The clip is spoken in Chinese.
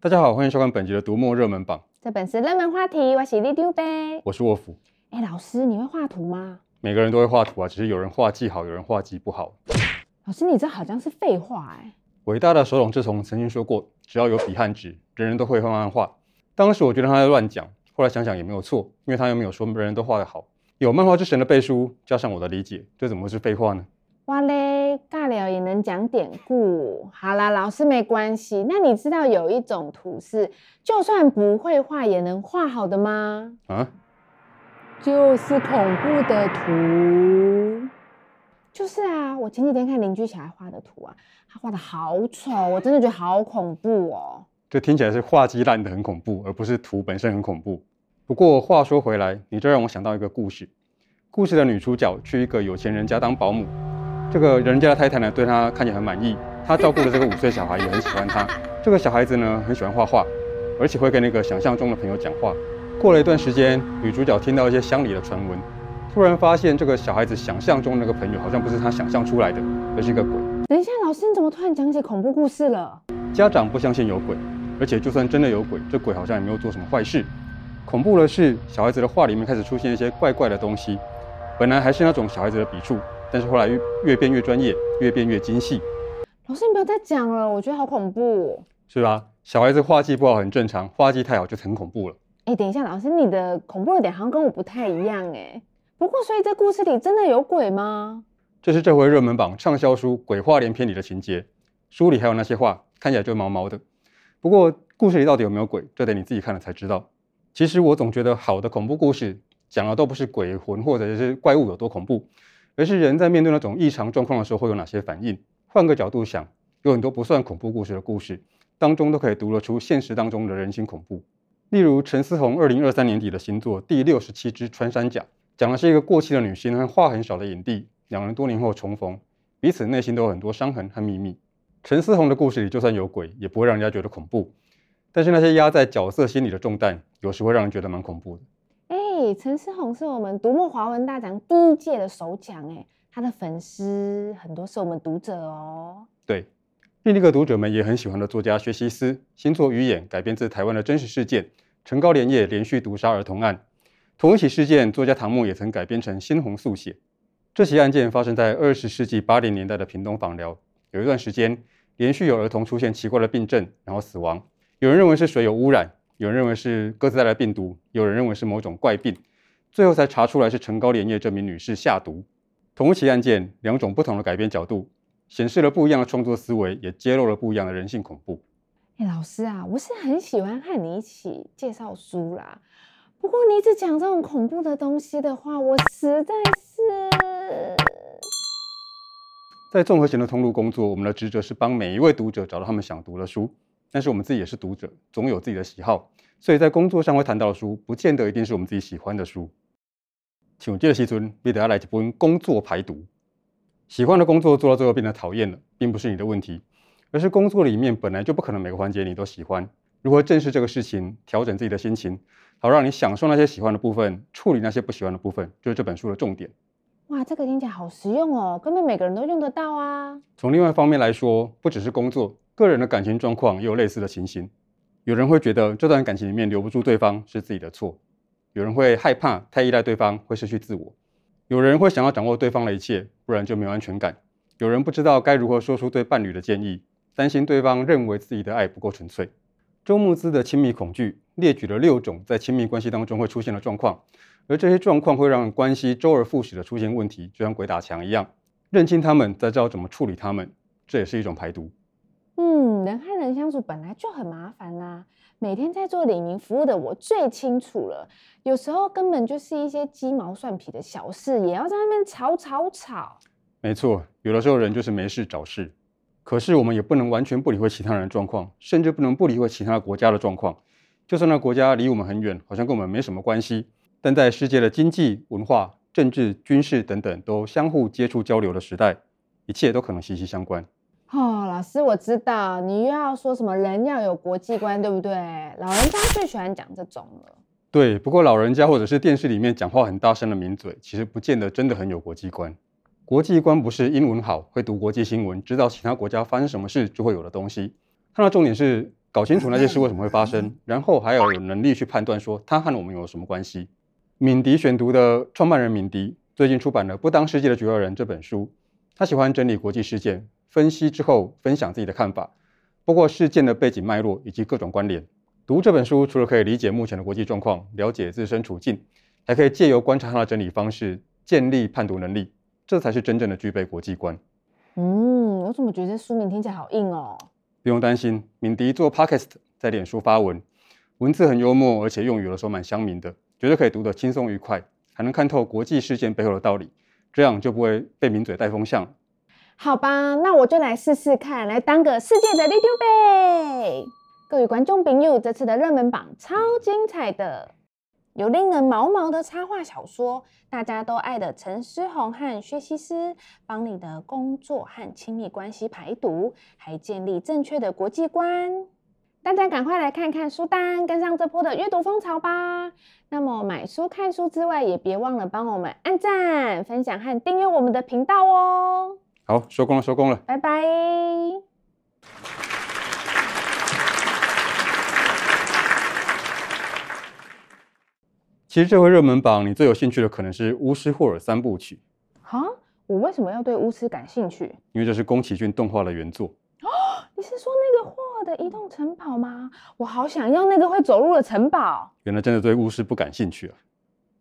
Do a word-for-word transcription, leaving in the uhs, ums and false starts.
大家好，欢迎收看本集的读墨热门榜。 这本是热门话题，我是李丢呗。 我是沃夫。 哎，老师，你会画图吗？ 每个人都会画图啊，只是有人画技好，有人画技不好。 老师，你这好像是废话哎。 伟大的手冢治虫曾经说过，只要有笔和纸，人人都会画漫画。当时我觉得他在乱讲，后来想想也没有错，因为他又没有说人人都画得好。有漫画之神的背书，加上我的理解，这怎么会是废话呢？ 哇嘞，尬聊也能讲典故。好啦，老师没关系。那你知道有一种图是，就算不会画也能画好的吗？ 啊？ 就是恐怖的图。就是啊，我前几天看邻居小孩画的图啊，他画的好丑，我真的觉得好恐怖哦。 这听起来是画技烂的很恐怖，而不是图本身很恐怖。不过话说回来，你这让我想到一个故事。故事的女主角去一个有钱人家当保姆。这个人家的太太呢，对她看起来很满意，她照顾的这个五岁小孩也很喜欢她。这个小孩子呢，很喜欢画画，而且会跟那个想象中的朋友讲话。过了一段时间，女主角听到一些乡里的传闻，突然发现这个小孩子想象中那个朋友好像不是她想象出来的，而是一个鬼。 等一下，老师，你怎么突然讲起恐怖故事了？ 家长不相信有鬼，而且就算真的有鬼，这鬼好像也没有做什么坏事。恐怖的是，小孩子的画里面开始出现一些怪怪的东西，本来还是那种小孩子的笔触。但是后来 越, 越变越专业，越变越精细。 老师，你不要再讲了，我觉得好恐怖。 是吧？小孩子画技不好很正常，画技太好就很恐怖了。 哎，等一下，老师，你的恐怖的点好像跟我不太一样哎。不过，所以这故事里真的有鬼吗？ 这是这回热门榜畅销书《鬼话连篇》里的情节。书里还有那些画，看起来就毛毛的。不过，故事里到底有没有鬼，这得你自己看了才知道。其实我总觉得好的恐怖故事讲的都不是鬼魂或者是怪物有多恐怖，而是人在面对那种异常状况的时候会有哪些反应。换个角度想，有很多不算恐怖故事的故事当中都可以读得出现实当中的人性恐怖。例如陈思宏二零二三年底的新作《第六十七只穿山甲》，讲的是一个过气的女星和话很少的影帝，两人多年后重逢，彼此内心都有很多伤痕和秘密。陈思宏的故事里就算有鬼也不会让人家觉得恐怖，但是那些压在角色心里的重担有时会让人觉得蛮恐怖的。 哎，陈思宏是我们读墨华文大奖第一届的首奖，哎，他的粉丝很多是我们读者哦。 对，另一个读者们也很喜欢的作家薛西斯，新作《鱼眼》改编自台湾的真实事件，陈高连夜连续毒杀儿童案。同一起事件，作家唐墨也曾改编成《猩红速写》。这起案件发生在二十世纪八零年代的屏东枋寮，有一段时间连续有儿童出现奇怪的病症，然后死亡。有人认为是水有污染，有人认为是鸽子带来病毒，有人认为是某种怪病，最后才查出来是陈高连夜这名女士下毒。同一起案件，两种不同的改编角度，显示了不一样的创作思维，也揭露了不一样的人性恐怖。 哎，老师啊，我是很喜欢和你一起介绍书啦，不过你一直讲这种恐怖的东西的话，我实在是…… 在综合型的通路工作，我们的职责是帮每一位读者找到他们想读的书，但是我们自己也是读者，总有自己的喜好，所以在工作上会谈到的书，不见得一定是我们自己喜欢的书。像这个时阵，你得要来一本工作排毒。喜欢的工作做到最后变得讨厌了，并不是你的问题，而是工作里面本来就不可能每个环节你都喜欢。如何正视这个事情，调整自己的心情，好让你享受那些喜欢的部分，处理那些不喜欢的部分，就是这本书的重点。 哇，这个听起来好实用哦，根本每个人都用得到啊。 从另外一方面来说，不只是工作，个人的感情状况也有类似的情形。有人会觉得这段感情里面留不住对方是自己的错，有人会害怕太依赖对方会失去自我，有人会想要掌握对方的一切，不然就没有安全感。有人不知道该如何说出对伴侣的建议，担心对方认为自己的爱不够纯粹。周慕姿的亲密恐惧列举了六种在亲密关系当中会出现的状况，而这些状况会让关系周而复始的出现问题，就像鬼打墙一样。认清他们，再知道怎么处理他们，这也是一种排毒。 嗯，人和人相处本来就很麻烦啦，每天在做李明服务的我最清楚了，有时候根本就是一些鸡毛蒜皮的小事，也要在那边吵吵吵。 没错，有的时候人就是没事找事。可是我们也不能完全不理会其他人的状况，甚至不能不理会其他国家的状况。就算那国家离我们很远，好像跟我们没什么关系，但在世界的经济、文化、政治、军事等等都相互接触交流的时代，一切都可能息息相关。 哦，老师，我知道你又要说什么人要有国际观，对不对？老人家最喜欢讲这种了。 对，不过老人家或者是电视里面讲话很大声的名嘴，其实不见得真的很有国际观。国际观不是英文好，会读国际新闻，知道其他国家发生什么事就会有的东西。它的重点是搞清楚那些事为什么会发生，然后还要有能力去判断说它和我们有什么关系。敏迪选读的创办人敏迪最近出版了《不当世界的局外人》这本书，他喜欢整理国际事件，分析之后分享自己的看法，包括事件的背景脉络以及各种关联。读这本书除了可以理解目前的国际状况，了解自身处境，还可以借由观察他的整理方式，建立判读能力，这才是真正的具备国际观。 嗯，我怎么觉得书名听起来好硬哦？ 不用担心，敏迪做 podcast， 在脸书发文，文字很幽默，而且用语有的时候蛮乡民的，绝对可以读得轻松愉快，还能看透国际事件背后的道理，这样就不会被名嘴带风向了。 好吧，那我就来试试看，来当个世界的里长伯。各位观众朋友，这次的热门榜超精彩的，有令人毛毛的插画小说，大家都爱的陈诗红和薛西斯，帮你的工作和亲密关系排毒，还建立正确的国际观。大家赶快来看看书单，跟上这波的阅读风潮吧！那么买书看书之外，也别忘了帮我们按赞、分享和订阅我们的频道哦。 好，收工了，收工了， 拜拜。 其实这回热门榜，你最有兴趣的可能是《巫师霍尔三部曲》。 哈，我为什么要对巫师感兴趣？ 因为这是宫崎骏动画的原作。 哦，你是说那个霍尔的移动城堡吗？我好想要那个会走路的城堡。 原来真的对巫师不感兴趣啊。